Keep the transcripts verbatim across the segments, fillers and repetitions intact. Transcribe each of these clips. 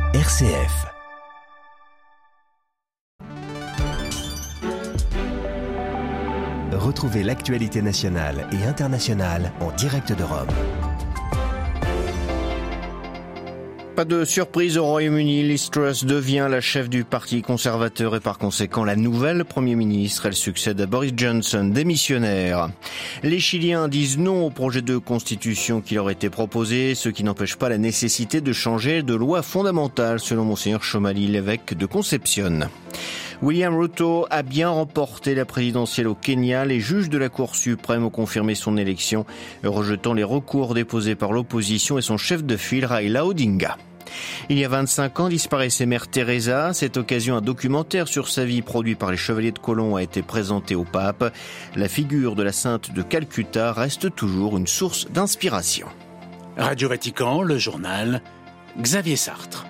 R C F. Retrouvez l'actualité nationale et internationale en direct de Rome. Pas de surprise au Royaume-Uni, Liz Truss devient la chef du Parti conservateur et par conséquent la nouvelle Premier ministre. Elle succède à Boris Johnson, démissionnaire. Les Chiliens disent non au projet de constitution qui leur était proposé, ce qui n'empêche pas la nécessité de changer de loi fondamentale, selon Monseigneur Chomali, l'évêque de Concepción. William Ruto a bien remporté la présidentielle au Kenya. Les juges de la Cour suprême ont confirmé son élection, rejetant les recours déposés par l'opposition et son chef de file, Raila Odinga. Il y a vingt-cinq ans, disparaissait Mère Teresa. À cette occasion, un documentaire sur sa vie produit par les Chevaliers de Colomb a été présenté au pape. La figure de la sainte de Calcutta reste toujours une source d'inspiration. Radio Vatican, le journal, Xavier Sartre.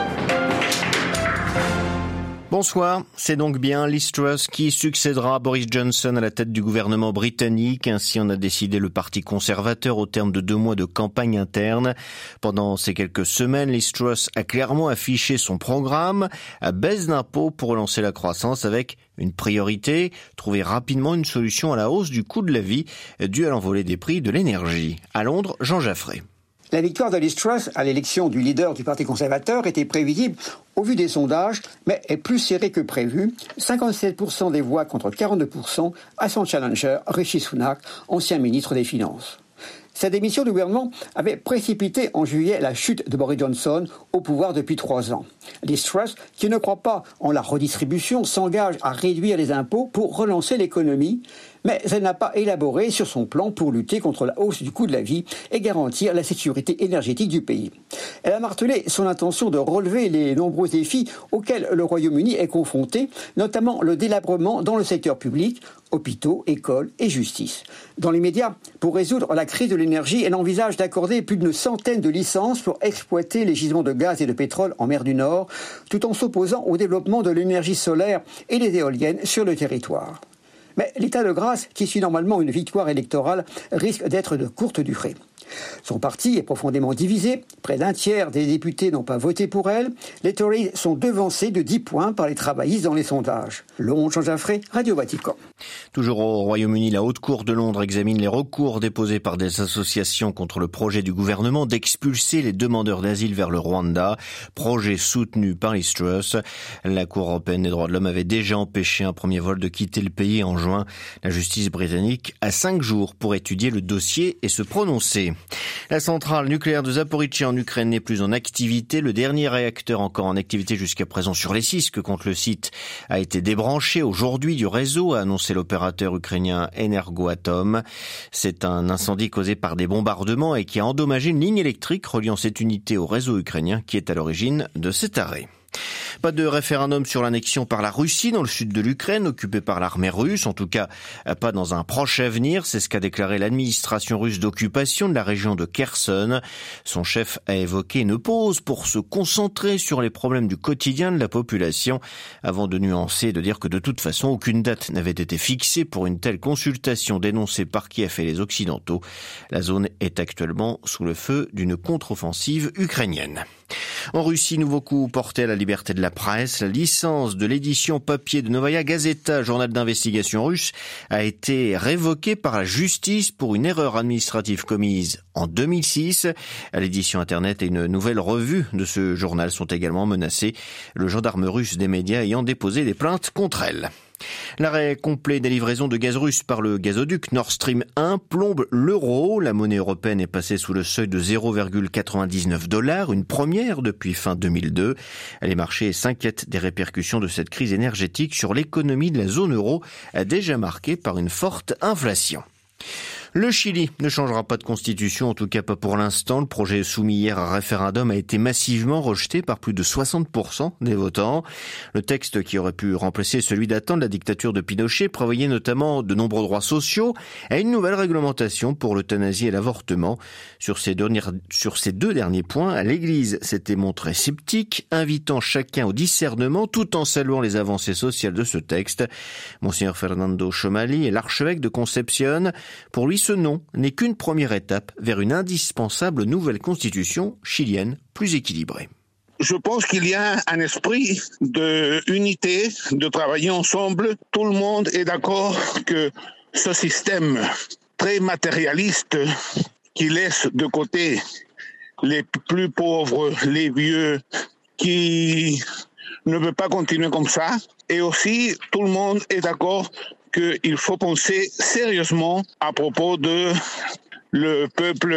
Bonsoir, c'est donc bien Liz Truss qui succédera à Boris Johnson à la tête du gouvernement britannique. Ainsi en a décidé le Parti conservateur au terme de deux mois de campagne interne. Pendant ces quelques semaines, Liz Truss a clairement affiché son programme à baisse d'impôts pour relancer la croissance avec une priorité, trouver rapidement une solution à la hausse du coût de la vie due à l'envolée des prix de l'énergie. À Londres, Jean Jaffré. La victoire de Liz Truss à l'élection du leader du Parti conservateur était prévisible au vu des sondages, mais est plus serrée que prévu. cinquante-sept pour cent des voix contre quarante-deux pour cent à son challenger Rishi Sunak, ancien ministre des Finances. Sa démission du gouvernement avait précipité en juillet la chute de Boris Johnson au pouvoir depuis trois ans. Liz Truss, qui ne croit pas en la redistribution, s'engage à réduire les impôts pour relancer l'économie, mais elle n'a pas élaboré sur son plan pour lutter contre la hausse du coût de la vie et garantir la sécurité énergétique du pays. Elle a martelé son intention de relever les nombreux défis auxquels le Royaume-Uni est confronté, notamment le délabrement dans le secteur public, hôpitaux, écoles et justice. Dans l'immédiat, pour résoudre la crise de l'énergie, elle envisage d'accorder plus d'une centaine de licences pour exploiter les gisements de gaz et de pétrole en mer du Nord, tout en s'opposant au développement de l'énergie solaire et des éoliennes sur le territoire. Mais l'état de grâce, qui suit normalement une victoire électorale, risque d'être de courte durée. Son parti est profondément divisé. Près d'un tiers des députés n'ont pas voté pour elle. Les Tories sont devancés de dix points par les travaillistes dans les sondages. Londres, Jean Jaffré, Radio Vatican. Toujours au Royaume-Uni, la Haute Cour de Londres examine les recours déposés par des associations contre le projet du gouvernement d'expulser les demandeurs d'asile vers le Rwanda, projet soutenu par Liz Truss. La Cour européenne des droits de l'homme avait déjà empêché un premier vol de quitter le pays en juin. La justice britannique a cinq jours pour étudier le dossier et se prononcer. La centrale nucléaire de Zaporijjia en Ukraine n'est plus en activité. Le dernier réacteur encore en activité jusqu'à présent sur les six que compte le site a été débranché aujourd'hui du réseau, a annoncé l'opérateur ukrainien Energoatom. C'est un incendie causé par des bombardements et qui a endommagé une ligne électrique reliant cette unité au réseau ukrainien qui est à l'origine de cet arrêt. Pas de référendum sur l'annexion par la Russie dans le sud de l'Ukraine, occupée par l'armée russe, en tout cas pas dans un proche avenir. C'est ce qu'a déclaré l'administration russe d'occupation de la région de Kherson. Son chef a évoqué une pause pour se concentrer sur les problèmes du quotidien de la population, avant de nuancer et de dire que de toute façon, aucune date n'avait été fixée pour une telle consultation dénoncée par Kiev et les Occidentaux. La zone est actuellement sous le feu d'une contre-offensive ukrainienne. En Russie, nouveau coup porté à la liberté de la presse. La licence de l'édition papier de Novaya Gazeta, journal d'investigation russe, a été révoquée par la justice pour une erreur administrative commise en deux mille six. L'édition Internet et une nouvelle revue de ce journal sont également menacées, le gendarme russe des médias ayant déposé des plaintes contre elle. L'arrêt complet des livraisons de gaz russe par le gazoduc Nord Stream un plombe l'euro. La monnaie européenne est passée sous le seuil de zéro virgule quatre-vingt-dix-neuf dollars, une première depuis fin deux mille deux. Les marchés s'inquiètent des répercussions de cette crise énergétique sur l'économie de la zone euro, déjà marquée par une forte inflation. Le Chili ne changera pas de constitution, en tout cas pas pour l'instant. Le projet soumis hier à référendum a été massivement rejeté par plus de soixante pour cent des votants. Le texte, qui aurait pu remplacer celui datant de la dictature de Pinochet, prévoyait notamment de nombreux droits sociaux et une nouvelle réglementation pour l'euthanasie et l'avortement. Sur ces, dernières, sur ces deux derniers points, l'Église s'était montrée sceptique, invitant chacun au discernement tout en saluant les avancées sociales de ce texte. Monseigneur Fernando Chomali est l'archevêque de Concepción. Pour lui, ce nom n'est qu'une première étape vers une indispensable nouvelle constitution chilienne plus équilibrée. je pense qu'il y a un esprit d'unité, de travailler ensemble. Tout le monde est d'accord que ce système très matérialiste qui laisse de côté les plus pauvres, les vieux, qui ne veut pas continuer comme ça. Et aussi, tout le monde est d'accord qu'il faut penser sérieusement à propos de le peuple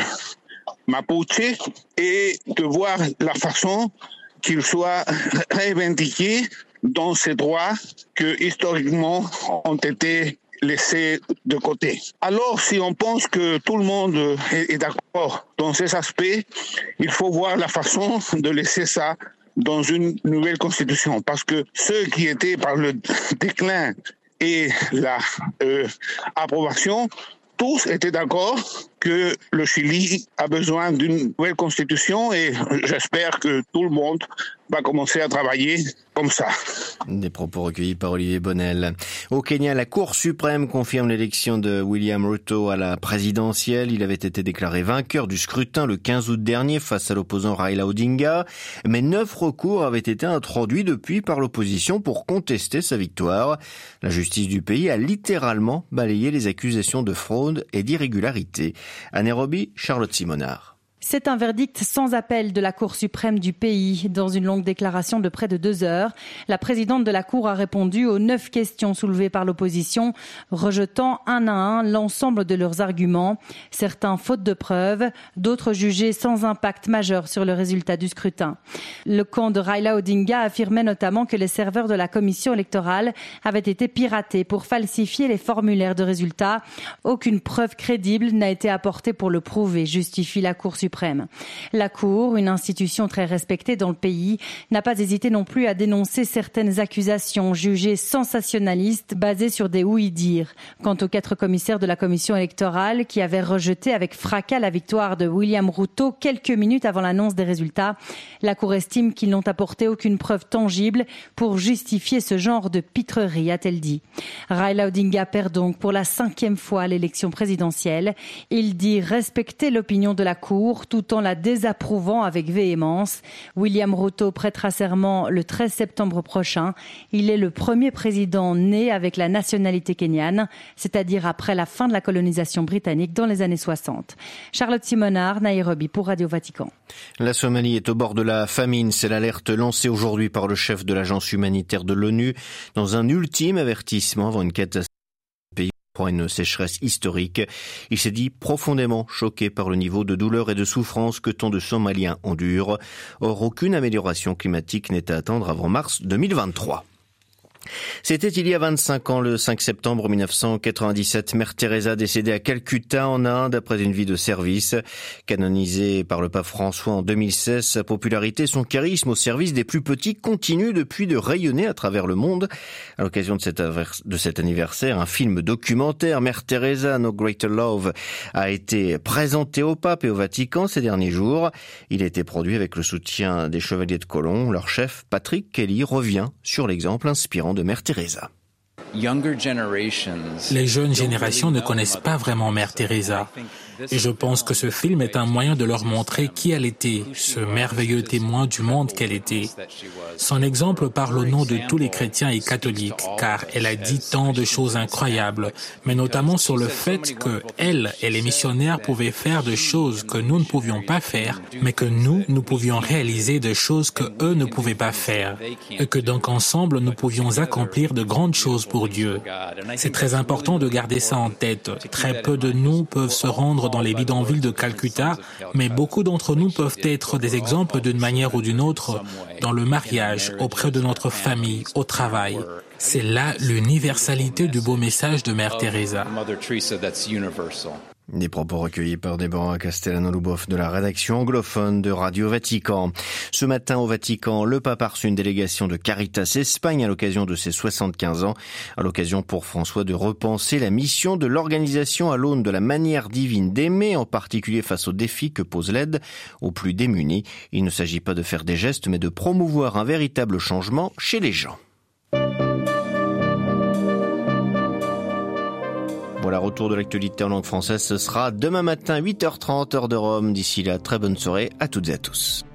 mapuche et de voir la façon qu'il soit revendiqué dans ces droits que historiquement ont été laissés de côté. Alors, si on pense que tout le monde est d'accord dans ces aspects, il faut voir la façon de laisser ça dans une nouvelle constitution. Parce que ceux qui étaient par le déclin et la euh, approbation, tous étaient d'accord que le Chili a besoin d'une nouvelle constitution et j'espère que tout le monde va commencer à travailler comme ça. Des propos recueillis par Olivier Bonnel. Au Kenya, la Cour suprême confirme l'élection de William Ruto à la présidentielle. Il avait été déclaré vainqueur du scrutin le quinze août dernier face à l'opposant Raila Odinga. Mais neuf recours avaient été introduits depuis par l'opposition pour contester sa victoire. La justice du pays a littéralement balayé les accusations de fraude et d'irrégularité. À Nairobi, Charlotte Simonard. C'est un verdict sans appel de la Cour suprême du pays. Dans une longue déclaration de près de deux heures, la présidente de la Cour a répondu aux neuf questions soulevées par l'opposition, rejetant un à un l'ensemble de leurs arguments, certains faute de preuves, d'autres jugés sans impact majeur sur le résultat du scrutin. Le camp de Raila Odinga affirmait notamment que les serveurs de la commission électorale avaient été piratés pour falsifier les formulaires de résultats. Aucune preuve crédible n'a été apportée pour le prouver, justifie la Cour suprême. La Cour, une institution très respectée dans le pays, n'a pas hésité non plus à dénoncer certaines accusations jugées sensationnalistes basées sur des ouï-dire. Quant aux quatre commissaires de la commission électorale qui avaient rejeté avec fracas la victoire de William Ruto quelques minutes avant l'annonce des résultats, la Cour estime qu'ils n'ont apporté aucune preuve tangible pour justifier ce genre de pitrerie, a-t-elle dit. Raila Odinga perd donc pour la cinquième fois l'élection présidentielle. Il dit respecter l'opinion de la Cour tout en la désapprouvant avec véhémence. William Ruto prêtera serment le treize septembre prochain. Il est le premier président né avec la nationalité kenyane, c'est-à-dire après la fin de la colonisation britannique dans les années soixante. Charlotte Simonard, Nairobi pour Radio Vatican. La Somalie est au bord de la famine. C'est l'alerte lancée aujourd'hui par le chef de l'agence humanitaire de l'ONU dans un ultime avertissement avant une catastrophe. Pour une sécheresse historique. Il s'est dit profondément choqué par le niveau de douleur et de souffrance que tant de Somaliens endurent. Or, aucune amélioration climatique n'est à attendre avant mars deux mille vingt-trois. C'était il y a vingt-cinq ans, le cinq septembre mille neuf cent quatre-vingt-dix-sept, Mère Teresa décédée à Calcutta en Inde après une vie de service. Canonisée par le pape François en deux mille seize, sa popularité, son charisme au service des plus petits continuent depuis de rayonner à travers le monde. À l'occasion de cet, de cet anniversaire, un film documentaire, Mère Teresa, No Greater Love, a été présenté au pape et au Vatican ces derniers jours. Il a été produit avec le soutien des Chevaliers de Colomb. Leur chef, Patrick Kelly, revient sur l'exemple inspirant de Mère Teresa. Les jeunes générations ne connaissent pas vraiment Mère Teresa. Et je pense que ce film est un moyen de leur montrer qui elle était, ce merveilleux témoin du monde qu'elle était. Son exemple parle au nom de tous les chrétiens et catholiques, car elle a dit tant de choses incroyables, mais notamment sur le fait que elle et les missionnaires pouvaient faire de choses que nous ne pouvions pas faire, mais que nous, nous pouvions réaliser de choses que eux ne pouvaient pas faire, et que donc ensemble, nous pouvions accomplir de grandes choses pour Dieu. C'est très important de garder ça en tête. Très peu de nous peuvent se rendre dans les bidonvilles de Calcutta, mais beaucoup d'entre nous peuvent être des exemples d'une manière ou d'une autre dans le mariage, auprès de notre famille, au travail. C'est là l'universalité du beau message de Mère Teresa. Des propos recueillis par Déborah Castellano-Luboff de la rédaction anglophone de Radio Vatican. Ce matin au Vatican, le pape a reçu une délégation de Caritas Espagne à l'occasion de ses soixante-quinze ans. À l'occasion pour François de repenser la mission de l'organisation à l'aune de la manière divine d'aimer, en particulier face aux défis que pose l'aide aux plus démunis. Il ne s'agit pas de faire des gestes, mais de promouvoir un véritable changement chez les gens. Voilà, retour de l'actualité en langue française, ce sera demain matin huit heures trente, heure de Rome. D'ici là, très bonne soirée à toutes et à tous.